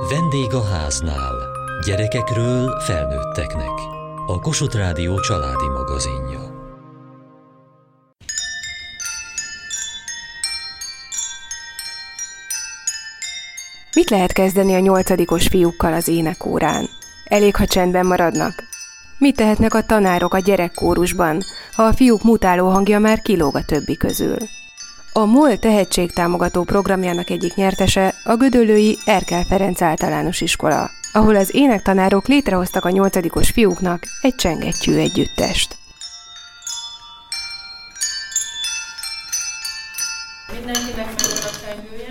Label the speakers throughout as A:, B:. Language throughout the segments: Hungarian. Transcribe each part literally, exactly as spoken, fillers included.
A: Vendég a háznál. Gyerekekről felnőtteknek. A Kossuth Rádió családi magazinja.
B: Mit lehet kezdeni a nyolcadikos fiúkkal az énekórán? Elég, ha csendben maradnak? Mit tehetnek a tanárok a gyerekkórusban, ha a fiúk mutáló hangja már kilóg a többi közül? A MOL tehetségtámogató programjának egyik nyertese a gödöllői Erkel Ferenc általános iskola, ahol az énektanárok létrehoztak a nyolcadikos fiúknak egy csengettyű együttest.
C: Mindenkinek megvan a csengője?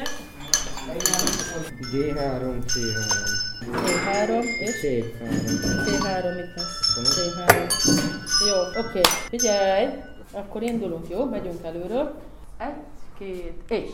D: gé három, cé három.
C: cé három és?
D: cé három.
C: cé három itt lesz. cé három. Jó, oké. Figyelj! Akkor indulunk, jó? Megyünk előről. Egy, két, és...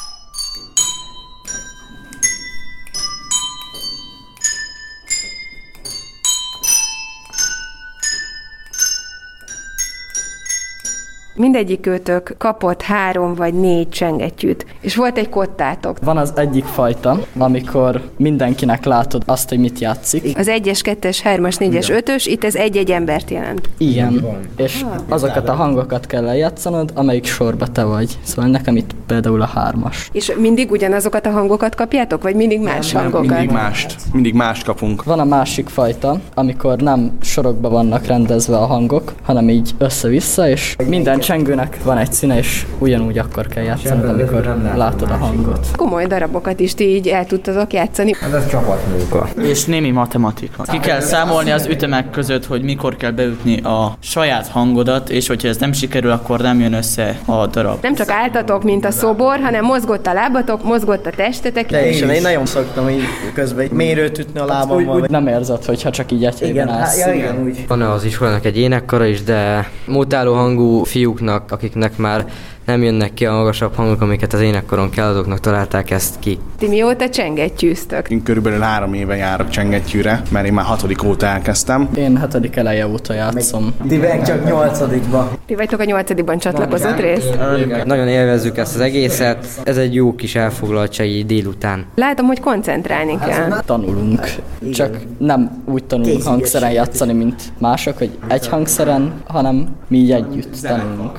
B: Mindegyik őtök kapott három vagy négy csengettyűt, és volt egy kottátok.
E: Van az egyik fajta, amikor mindenkinek látod azt, hogy mit játszik.
B: Az egyes, kettes, hármas, négyes, ötös, itt ez egy-egy embert jelent.
E: Igen, és azokat a hangokat kell lejátszanod, amelyik sorba te vagy. Szóval nekem itt például a hármas.
B: És mindig ugyanazokat a hangokat kapjátok, vagy mindig más
F: nem,
B: hangokat?
F: Mindig mást. Mindig mást kapunk.
E: Van a másik fajta, amikor nem sorokba vannak rendezve a hangok, hanem így össze-vissza, és minden csengőnek van egy színe, és ugyanúgy akkor kell játszani, amikor látod a hangot.
B: Komoly darabokat is ti így el tudtatok játszani.
D: Ez a csapatmunka.
G: És némi matematika. Ki kell számolni az ütemek között, hogy mikor kell beütni a saját hangodat, és hogyha ez nem sikerül, akkor nem jön össze a darab.
B: Nem csak álltatok, mint a szobor, hanem mozgott a lábatok, mozgott a testetek.
H: De én, én nagyon szoktam így közben egy mérőt ütni a lábammal.
E: Úgy, úgy nem érzed, hogyha csak így egyében állsz.
H: Igen, igen, úgy.
D: Van az iskolának egy énekkara is, de mutáló hangú fiúknak, akiknek már nem jönnek ki a magasabb hangok, amiket az énekkaron kell, azoknak találták ezt ki.
B: Ti mióta csengettyűztök?
F: Én körülbelül három éve járok csengettyűre, mert én már hatodik óta elkezdtem.
E: Én hetedik eleje óta játszom.
H: Ti meg csak nyolcadikban.
B: Ti vagytok a nyolcadikban csatlakozott rész?
D: Nagyon élvezzük ezt az egészet, ez egy jó kis elfoglaltsági délután.
B: Látom, hogy koncentrálni kell.
E: Tanulunk, csak nem úgy tanulunk hangszeren játszani, mint mások, hogy egy hangszeren, hanem mi így együtt tanulunk.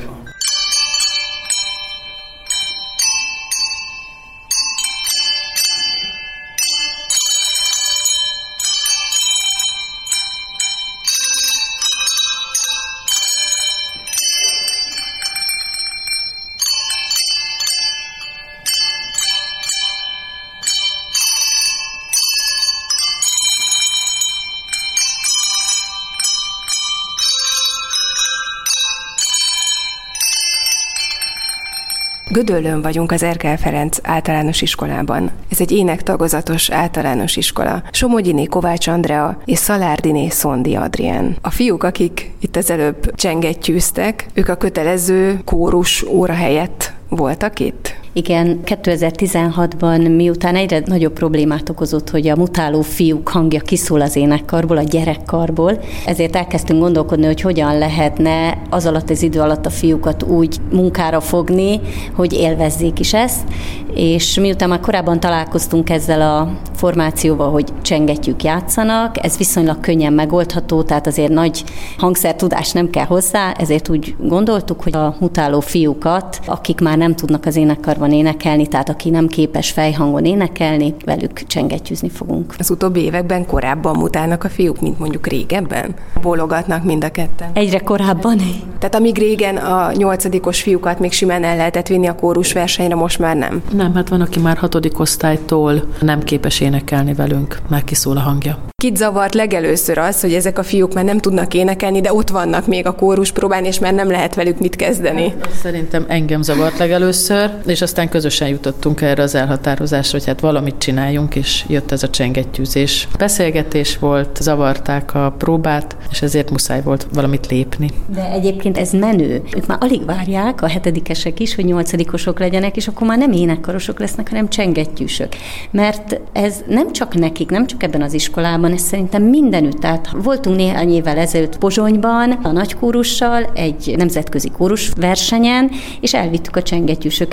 B: Gödöllőn vagyunk az Erkel Ferenc általános iskolában. Ez egy énektagozatos általános iskola. Somogyiné Kovács Andrea és Szalárdiné Szondi Adrien. A fiúk, akik itt az előbb csengettyűztek, ők a kötelező kórus óra helyett voltak itt?
I: Igen, kétezer-tizenhatban miután egyre nagyobb problémát okozott, hogy a mutáló fiúk hangja kiszól az énekkarból, a gyerekkarból, ezért elkezdtünk gondolkodni, hogy hogyan lehetne az alatt az idő alatt a fiúkat úgy munkára fogni, hogy élvezzék is ezt, és miután már korábban találkoztunk ezzel a formációval, hogy csengettyűk játszanak, ez viszonylag könnyen megoldható, tehát azért nagy hangszertudás nem kell hozzá, ezért úgy gondoltuk, hogy a mutáló fiúkat, akik már nem tudnak az énekkarban énekelni, tehát aki nem képes fejhangon énekelni, velük csengettyűzni fogunk.
B: Az utóbbi években korábban mutálnak a fiúk, mint mondjuk régebben? Bólogatnak mind a ketten?
I: Egyre korábban.
B: Tehát amíg régen a nyolcadikos fiúkat még simán el lehetett vinni a kórusversenyre, most már nem?
C: Nem, hát van, aki már hatodik osztálytól nem képes énekelni velünk, már kiszól a hangja.
B: Kit zavart legelőször az, hogy ezek a fiúk már nem tudnak énekelni, de ott vannak még a kóruspróbán, és már nem lehet velük mit kezdeni?
C: Szerintem engem zavart legelőször, és aztán közösen jutottunk erre az elhatározásra, hogy hát valamit csináljunk, és jött ez a csengettyűzés. Beszélgetés volt, zavarták a próbát, és ezért muszáj volt valamit lépni.
I: De egyébként ez menő. Ők már alig várják, a hetedikesek is, hogy nyolcadikosok legyenek, és akkor már nem énekkarosok lesznek, hanem csengettyűsök. Mert ez nem csak nekik, nem csak ebben az iskolában, ez szerintem mindenütt. Tehát voltunk néhány évvel ezelőtt Pozsonyban a nagykórussal egy nemzetközi kórusversenyen, és elvittük a csengettyűsöket is, csak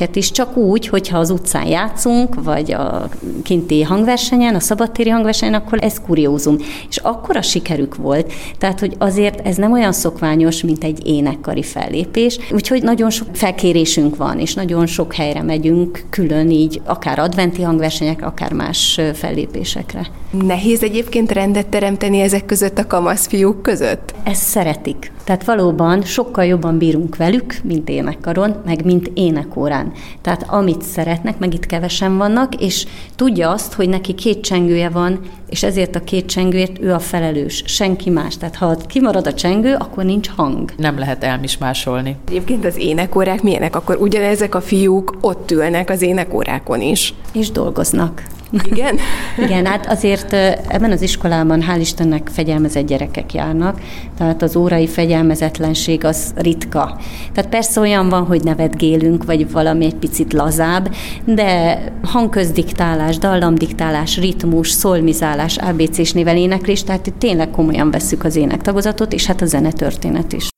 I: csak úgy, hogyha az utcán játszunk, vagy a kinti hangversenyen, a szabadtéri hangversenyen, akkor ez kuriózum. És akkora sikerük volt, tehát, hogy azért ez nem olyan szokványos, mint egy énekkari fellépés, úgyhogy nagyon sok felkérésünk van, és nagyon sok helyre megyünk külön így, akár adventi hangversenyekre, akár más fellépésekre.
B: Nehéz egyébként rendet teremteni ezek között a kamasz fiúk között?
I: Ezt szeretik. Tehát valóban sokkal jobban bírunk velük, mint énekkaron, meg mint énekórán. Tehát amit szeretnek, meg itt kevesen vannak, és tudja azt, hogy neki két csengője van, és ezért a két csengőért ő a felelős, senki más. Tehát ha kimarad a csengő, akkor nincs hang.
C: Nem lehet elmismásolni.
B: Egyébként az énekórák milyenek? Akkor ugyanezek a fiúk ott ülnek az énekórákon is.
I: És dolgoznak.
B: Igen?
I: Igen, hát azért ebben az iskolában hál' Istennek fegyelmezett gyerekek járnak, tehát az órai fegyelmezetlenség az ritka. Tehát persze olyan van, hogy nevetgélünk, vagy valami egy picit lazább, de hangközdiktálás, dallamdiktálás, ritmus, szolmizálás, á bé cés nével éneklés, tehát itt tényleg komolyan vesszük az énektagozatot, és hát a zenetörténet is.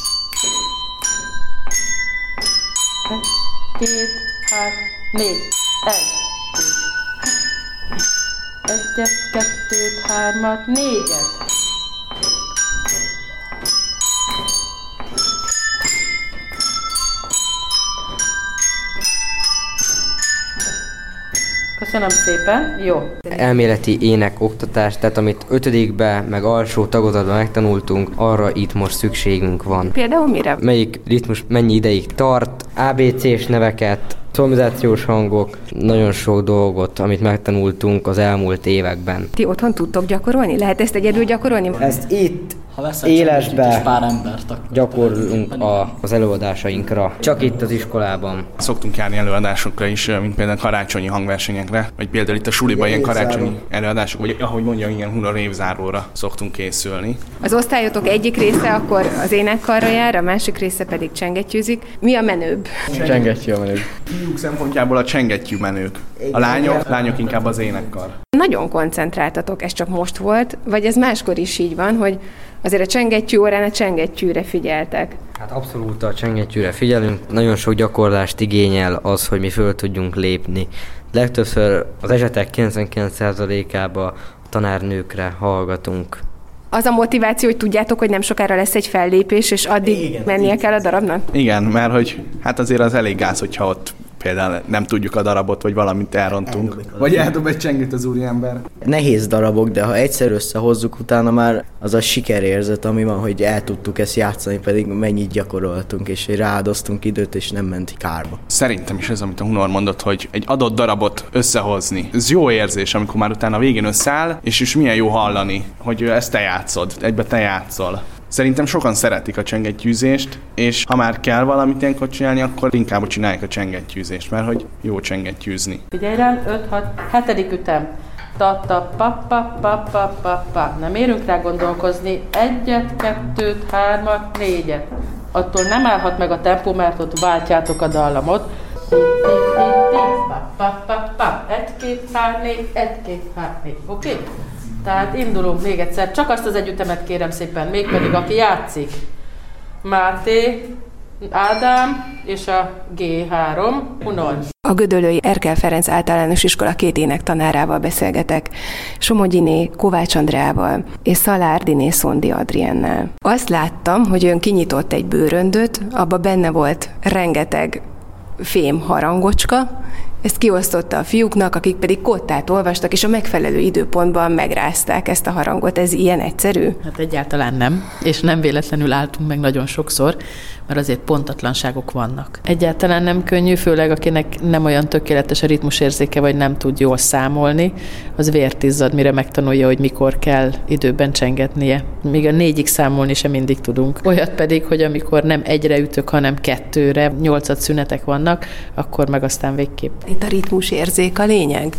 C: Két, hát, négy, egy. Egyet, kettőt, hármat, négyet. Köszönöm szépen, jó.
D: Elméleti ének oktatás, tehát amit ötödikbe, meg alsó tagozatban megtanultunk, arra itt most szükségünk van.
B: Például mire?
D: Melyik ritmus mennyi ideig tart, á bé cés neveket, szolmizációs hangok, nagyon sok dolgot, amit megtanultunk az elmúlt években.
B: Ti otthon tudtok gyakorolni? Lehet ezt egyedül gyakorolni?
H: Ezt itt
E: élesbe
H: pár embert,
D: gyakorlunk a, az előadásainkra. Csak itt az iskolában.
F: Szoktunk járni előadásokra is, mint például karácsonyi hangversenyekre, vagy például itt a suliban ilyen karácsonyi előadások, vagy ahogy mondjam, ilyen hunor évzáróra szoktunk készülni.
B: Az osztályotok egyik része akkor az énekkarra jár, a másik része pedig csengettyűzik. Mi a menőbb?
E: Csengettyű a menőbb.
F: Fiúk szempontjából a csengettyű menők. A lányok, lányok inkább az énekkar.
B: Nagyon koncentráltatok, ez csak most volt, vagy ez máskor is így van, hogy azért a csengettyű órán a csengettyűre figyeltek?
D: Hát abszolút a csengettyűre figyelünk. Nagyon sok gyakorlást igényel az, hogy mi föl tudjunk lépni. Legtöbbször az esetek kilencvenkilenc százalékában a tanárnőkre hallgatunk.
B: Az a motiváció, hogy tudjátok, hogy nem sokára lesz egy fellépés, és addig igen, mennie igen. kell a darabnak?
F: Igen, mert hogy hát azért az elég gáz, hogyha ott például nem tudjuk a darabot, vagy valamit elrontunk. Vagy eldob egy csengőt az úriember.
H: Nehéz darabok, de ha egyszer összehozzuk, utána már az a sikerérzet, ami van, hogy el tudtuk ezt játszani, pedig mennyit gyakoroltunk, és rááldoztunk időt, és nem ment kárba.
F: Szerintem is ez, amit a Hunor mondott, hogy egy adott darabot összehozni. Ez jó érzés, amikor már utána a végén összeáll, és is milyen jó hallani, hogy ezt te játszod, egybe te játszol. Szerintem sokan szeretik a csengettyűzést, és ha már kell valamit ilyenkor csinálni, akkor inkább csinálják a csengettyűzést, mert hogy jó csengettyűzni.
C: Figyelj rám, öt hat, hetedik ütem. Ta-ta, pa-pa, pa-pa, pa-pa. Nem érünk rá gondolkozni. Egyet, kettőt, hármat, négyet. Attól nem állhat meg a tempó, mert ott váltjátok a dallamot. Pa-pa-pa-pa. Egy, két, hár, négy, egy, két, hár, négy. Oké? Okay? Tehát indulunk még egyszer, csak azt az egy ütemet kérem szépen, mégpedig aki játszik. Máté, Ádám és a gé három, Hunor.
B: A gödöllői Erkel Ferenc általános iskola két énektanárával beszélgetek, Somogyiné Kovács Andreával és Szalárdiné Szondi Adriennel. Azt láttam, hogy ön kinyitott egy bőröndöt, abba benne volt rengeteg fém harangocska, ezt kiosztotta a fiúknak, akik pedig kottát olvastak, és a megfelelő időpontban megrázták ezt a harangot. Ez ilyen egyszerű?
C: Hát egyáltalán nem, és nem véletlenül álltunk meg nagyon sokszor, mert azért pontatlanságok vannak. Egyáltalán nem könnyű, főleg akinek nem olyan tökéletes a ritmusérzéke, vagy nem tud jól számolni, az vért izzad, mire megtanulja, hogy mikor kell időben csengetnie. Míg a négyig számolni sem mindig tudunk. Olyat pedig, hogy amikor nem egyre ütök, hanem kettőre, nyolcat szünetek vannak, akkor meg aztán végképp.
B: Itt a ritmusérzék a lényeg?
C: Igen.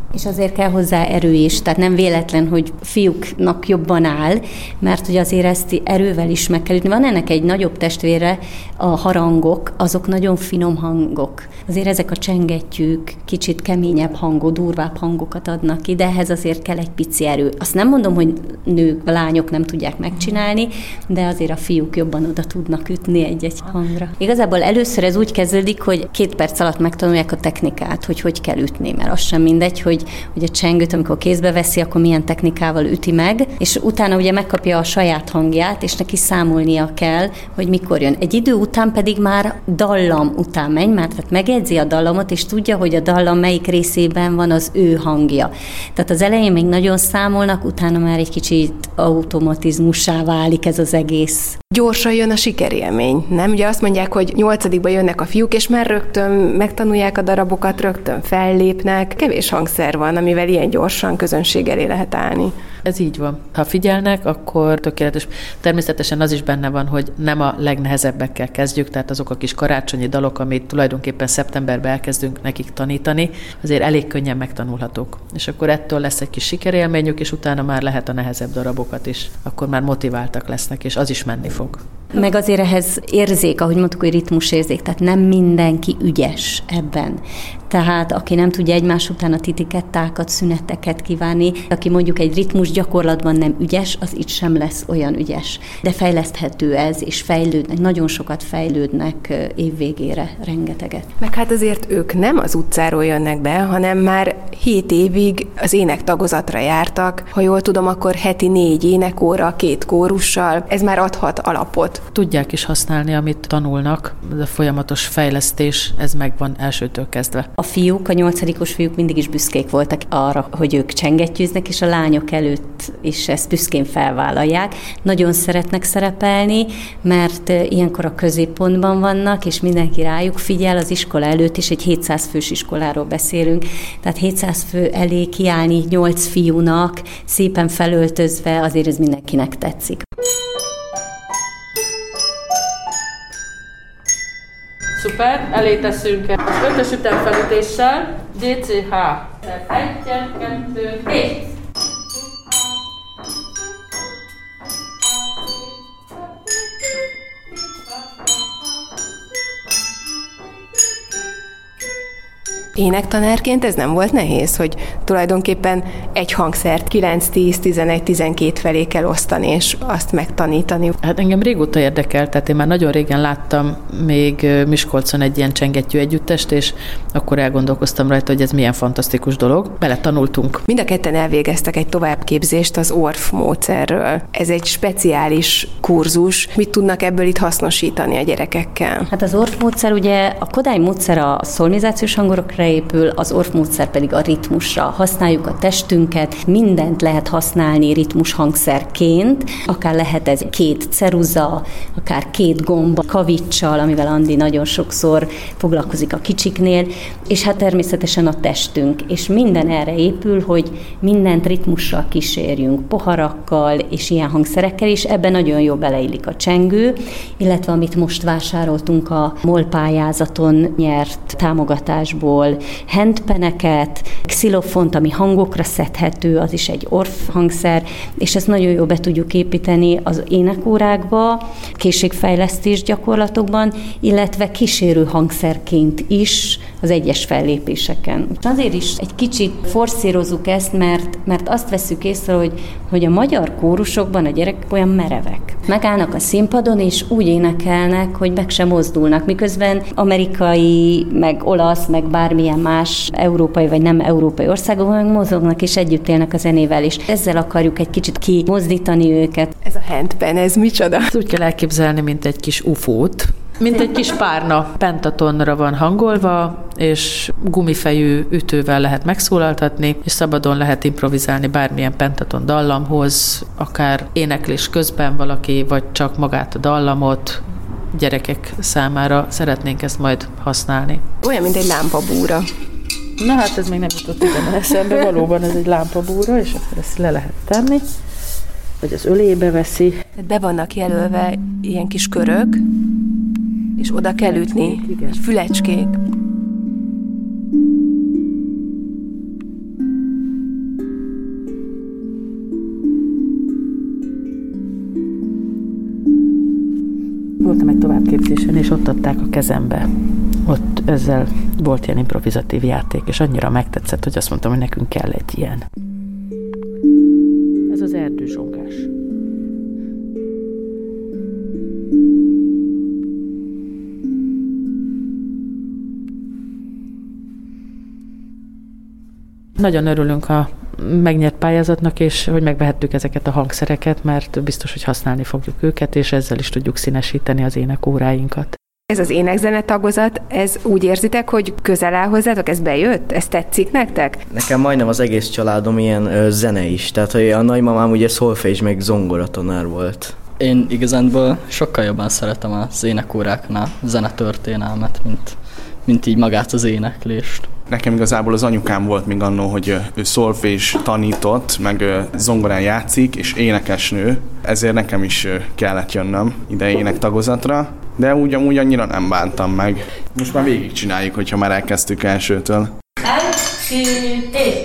I: És azért kell hozzá erő is, tehát nem véletlen, hogy fiúknak jobban áll, mert hogy azért ezt erővel is meg kell ütni. Van ennek egy nagyobb testvére, a harangok, azok nagyon finom hangok. Azért ezek a csengettyűk kicsit keményebb hangot, durvább hangokat adnak ki, de ehhez azért kell egy pici erő. Azt nem mondom, hogy nők, lányok nem tudják megcsinálni, de azért a fiúk jobban oda tudnak ütni egy-egy hangra. Igazából először ez úgy kezdődik, hogy két perc alatt megtanulják a technikát, hogy hogy kell ütni, mert az sem mindegy, hogy, hogy a csengőt, amikor kézbe veszi, akkor milyen technikával üti meg, és utána ugye megkapja a saját hangját, és neki számolnia kell, hogy mikor jön. Egy idő után pedig már dallam után megy, már tehát megjegyzi a dallamot, és tudja, hogy a dallam melyik részében van az ő hangja. Tehát az elején még nagyon számolnak, utána már egy kicsit automatizmussá válik ez az egész.
B: Gyorsan jön a sikerélmény, nem? Ugye azt mondják, hogy nyolcadikba jönnek a fiúk, és már rögtön megtanulják a darabokat, rögtön fellépnek. Kevés hangszer van, amivel ilyen gyorsan közönség elé lehet állni.
C: Ez így van. Ha figyelnek, akkor tökéletes. Természetesen az is benne van, hogy nem a legnehezebbekkel kezdjük, tehát azok a kis karácsonyi dalok, amit tulajdonképpen szeptemberben elkezdünk nekik tanítani, azért elég könnyen megtanulhatók. És akkor ettől lesz egy kis sikerélményük, és utána már lehet a nehezebb darabokat is. Akkor már motiváltak lesznek, és az is menni fog.
I: Meg azért ehhez érzék, ahogy mondtuk, hogy ritmusérzék, tehát nem mindenki ügyes ebben. Tehát aki nem tudja egymás után a titikettákat, szüneteket kívánni, aki mondjuk egy ritmus gyakorlatban nem ügyes, az itt sem lesz olyan ügyes. De fejleszthető ez, és fejlődnek, nagyon sokat fejlődnek évvégére, rengeteget.
B: Meg hát azért ők nem az utcáról jönnek be, hanem már hét évig az énektagozatra jártak. Ha jól tudom, akkor heti négy énekóra, két kórussal. Ez már adhat alapot.
C: Tudják is használni, amit tanulnak, de folyamatos fejlesztés, ez megvan elsőtől kezdve.
I: A fiúk, a nyolcadikos fiúk mindig is büszkék voltak arra, hogy ők csengettyűznek, és a lányok előtt is ezt büszkén felvállalják. Nagyon szeretnek szerepelni, mert ilyenkor a középpontban vannak, és mindenki rájuk figyel az iskola előtt, és egy hétszáz fős iskoláról beszélünk. Tehát hétszáz fő elé kiállni nyolc fiúnak, szépen felöltözve, azért ez mindenkinek tetszik.
C: Szuper, elé teszünk az ötös ütemfelütéssel, gé cé há. Egy, kettő, hét.
B: Énektanárként ez nem volt nehéz, hogy tulajdonképpen egy hangszert kilenc, tíz, tizenegy, tizenkét felé kell osztani, és azt megtanítani.
C: Hát engem régóta érdekel, tehát én már nagyon régen láttam még Miskolcon egy ilyen csengettyű együttest, és akkor elgondolkoztam rajta, hogy ez milyen fantasztikus dolog. Bele tanultunk.
B: Mind a ketten elvégeztek egy továbbképzést az Orff módszerről. Ez egy speciális kurzus. Mit tudnak ebből itt hasznosítani a gyerekekkel?
I: Hát az Orff módszer, ugye a Kodály módszer a szolmizációs hangorokra épül, az Orff módszer pedig a ritmusra. Használjuk a testünket, mindent lehet használni ritmus hangszerként, akár lehet ez két ceruza, akár két gomba, kavicsal, amivel Andi nagyon sokszor foglalkozik a kicsiknél, és hát természetesen a testünk, és minden erre épül, hogy mindent ritmussal kísérjünk, poharakkal és ilyen hangszerekkel, és ebben nagyon jó beleillik a csengő, illetve amit most vásároltunk a MOL pályázaton nyert támogatásból, handpeneket, xilofont, ami hangokra szedhető, az is egy Orff hangszer, és ezt nagyon jól be tudjuk építeni az énekórákba, készségfejlesztés gyakorlatokban, illetve kísérő hangszerként is az egyes fellépéseken. Azért is egy kicsit forszírozzuk ezt, mert, mert azt veszük észre, hogy, hogy a magyar kórusokban a gyerekek olyan merevek. Megállnak a színpadon, és úgy énekelnek, hogy meg sem mozdulnak, miközben amerikai, meg olasz, meg bármilyen más európai vagy nem európai országokban mozognak és együtt élnek a zenével, és ezzel akarjuk egy kicsit kimozdítani őket.
B: Ez a handpan, ez micsoda?
C: Ezt úgy kell elképzelni, mint egy kis ufót, mint egy kis párna. Pentatonra van hangolva, és gumifejű ütővel lehet megszólaltatni, és szabadon lehet improvizálni bármilyen pentaton dallamhoz, akár éneklés közben valaki, vagy csak magát a dallamot. Gyerekek számára szeretnénk ezt majd használni.
B: Olyan, mint egy lámpabúra.
C: Na hát ez még nem jutott ide eszembe, valóban ez egy lámpabúra, és akkor ezt le lehet tenni, vagy az ölébe veszi.
B: Be vannak jelölve ilyen kis körök, és oda kell ütni, egy fülecskék.
C: továbbképzésen, és ott adták a kezembe. Ott ezzel volt ilyen improvizatív játék, és annyira megtetszett, hogy azt mondtam, hogy nekünk kell egy ilyen. Ez az erdőzsongás. Nagyon örülünk a megnyert pályázatnak, és hogy megvehettük ezeket a hangszereket, mert biztos, hogy használni fogjuk őket, és ezzel is tudjuk színesíteni az énekóráinkat.
B: Ez az énekzene tagozat, ez úgy érzitek, hogy közel áll hozzátok, ez bejött? Ez tetszik nektek?
H: Nekem majdnem az egész családom ilyen ö, zene is, tehát hogy a nagymamám ugye szolfés meg zongoratanár volt.
E: Én igazánból sokkal jobban szeretem az énekóráknál zenetörténelmet, mint, mint így magát az éneklést.
F: Nekem igazából az anyukám volt még annó, hogy ő szolfés tanított, meg zongorán játszik, és énekesnő, ezért nekem is kellett jönnöm ide énektagozatra, de úgy amúgy annyira nem bántam meg. Most már végigcsináljuk, hogyha már elkezdtük elsőtől.
J: Egy, és...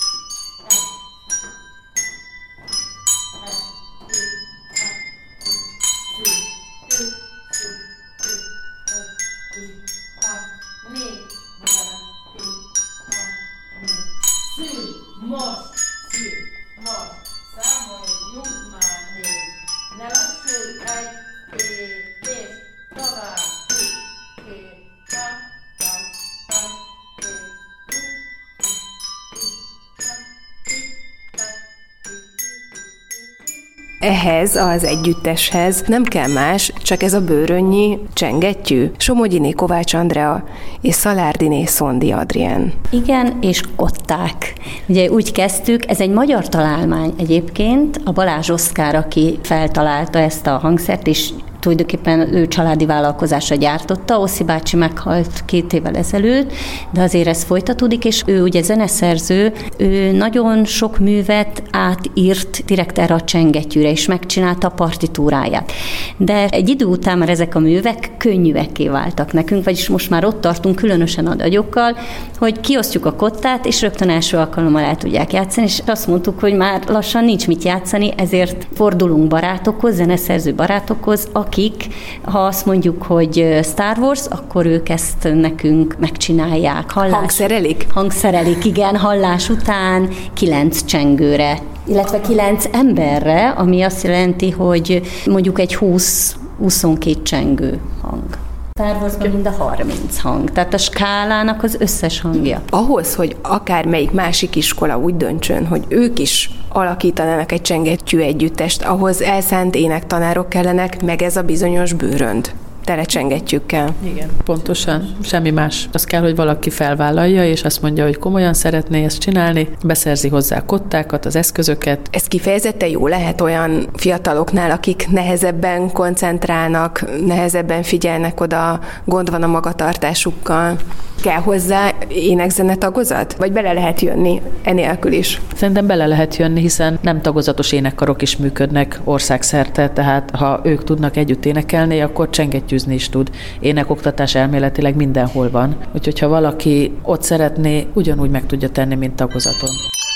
B: Ehhez az együtteshez nem kell más, csak ez a bőrönnyi csengettyű. Somogyiné Kovács Andrea és Szalárdiné Szondi Adrien.
I: Igen, és kották. Ugye úgy kezdtük, ez egy magyar találmány egyébként, a Balázs Oszkár, aki feltalálta ezt a hangszert, és tulajdonképpen ő családi vállalkozása gyártotta, Oszi bácsi meghalt két évvel ezelőtt, de azért ez folytatódik, és ő ugye zeneszerző, ő nagyon sok művet átírt direkt erre a csengettyűre, és megcsinálta a partitúráját. De egy idő után már ezek a művek könnyűekké váltak nekünk, vagyis most már ott tartunk különösen a nagyokkal, hogy kiosztjuk a kottát, és rögtön első alkalommal el tudják játszani, és azt mondtuk, hogy már lassan nincs mit játszani, ezért fordulunk barátokhoz, zeneszerző barátokhoz, akik, ha azt mondjuk, hogy Star Wars, akkor ők ezt nekünk megcsinálják.
B: Hallás. Hangszerelik?
I: Hangszerelik, igen, hallás után kilenc csengőre, illetve kilenc emberre, ami azt jelenti, hogy mondjuk egy húsz-huszonkét csengő hang. Star Warsban mind a harminc hang, tehát a skálának az összes hangja.
B: Ahhoz, hogy akármelyik másik iskola úgy döntsön, hogy ők is alakítanának egy csengettyű együttest, ahhoz elszánt énektanárok kellenek, meg ez a bizonyos bőrönd tele csengettyűkkel.
C: Igen, pontosan. Semmi más. Az kell, hogy valaki felvállalja, és azt mondja, hogy komolyan szeretné ezt csinálni, beszerzi hozzá a kottákat, az eszközöket.
B: Ez kifejezetten jó lehet olyan fiataloknál, akik nehezebben koncentrálnak, nehezebben figyelnek oda, gond van a magatartásukkal. Kell hozzá énekzene tagozat? Vagy bele lehet jönni enélkül is?
C: Szerintem bele lehet jönni, hiszen nem tagozatos énekkarok is működnek országszerte, tehát ha ők tudnak együtt énekelni, akkor csengettyűzni is tud. Énekoktatás elméletileg mindenhol van. Úgyhogy ha valaki ott szeretné, ugyanúgy meg tudja tenni, mint tagozaton.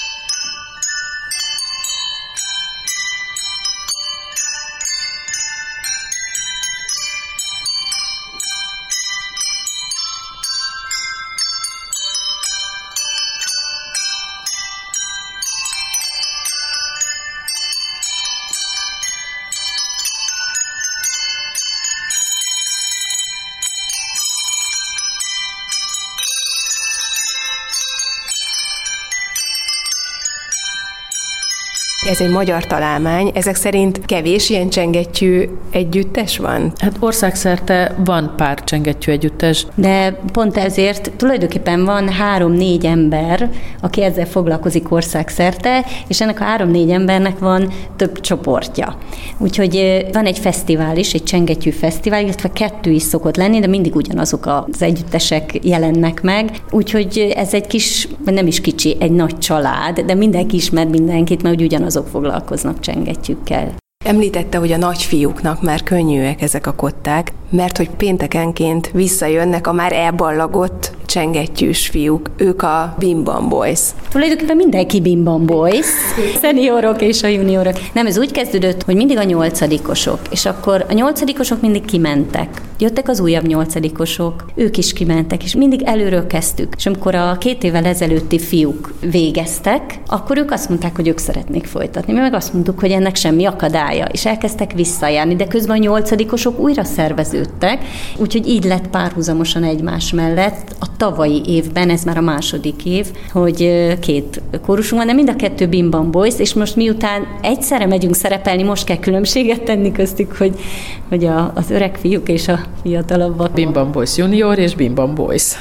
B: Ez egy magyar találmány, ezek szerint kevés ilyen csengettyű együttes van?
C: Hát országszerte van pár csengettyű együttes.
I: De pont ezért tulajdonképpen van három-négy ember, aki ezzel foglalkozik országszerte, és ennek a három-négy embernek van több csoportja. Úgyhogy van egy fesztivál is, egy csengettyű fesztivál, illetve kettő is szokott lenni, de mindig ugyanazok az együttesek jelennek meg. Úgyhogy ez egy kis, nem is kicsi, egy nagy család, de mindenki ismer mindenkit, mert ugyanaz azok foglalkoznak csengettyűkkel.
B: Említette, hogy a nagyfiúknak már könnyűek ezek a kották, mert hogy péntekenként visszajönnek a már elballagott csengettyűs fiúk, ők a Bim Bam Boys.
I: Tulajdonképpen mindenki Bim Bam Boys, szeniorok és a juniorok. Nem, ez úgy kezdődött, hogy mindig a nyolcadikosok, és akkor a nyolcadikosok mindig kimentek. Jöttek az újabb nyolcadikosok, ők is kimentek, és mindig előről kezdtük. És amikor a két évvel ezelőtti fiúk végeztek, akkor ők azt mondták, hogy ők szeretnék folytatni. Mi meg azt mondtuk, hogy ennek semmi akadálya, és elkezdtek visszajárni, de közben a nyolcadikosok újra szerveződtek, úgyhogy így lett párhuzamosan egymás mellett a tavalyi évben, ez már a második év, hogy két kórusunk van, de mind a kettő Bim Bam Boys, és most miután egyszerre megyünk szerepelni, most kell különbséget tenni köztük, hogy, hogy a, az öreg fiúk és a fiatalabbak.
C: Bim Bam Boys Junior és Bim Bam Boys.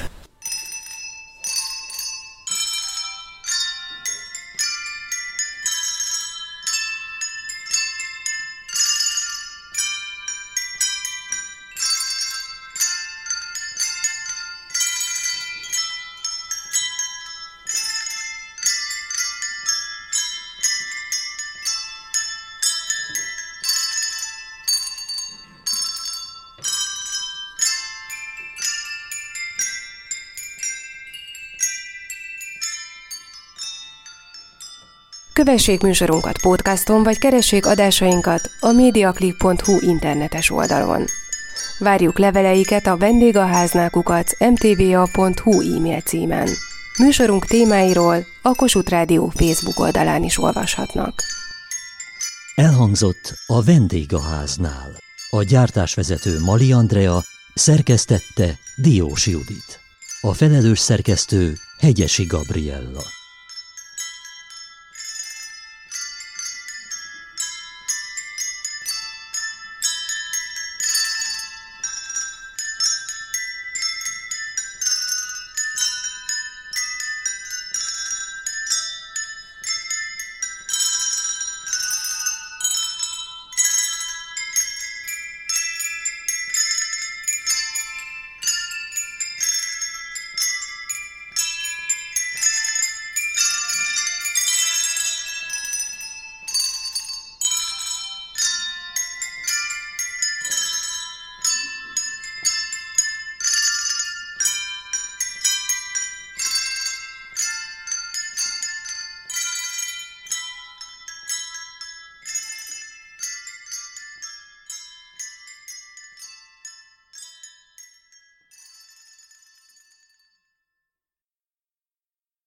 B: Kövessék műsorunkat podcaston, vagy keressék adásainkat a mediaclick pont hu internetes oldalon. Várjuk leveleiket a vendégháznál kukac em té vé á pont hu e-mail címen. Műsorunk témáiról a Kossuth Rádió Facebook oldalán is olvashatnak.
A: Elhangzott a Vendégháznál. A gyártásvezető Mali Andrea, szerkesztette Diós Judit. A felelős szerkesztő Hegyesi Gabriella.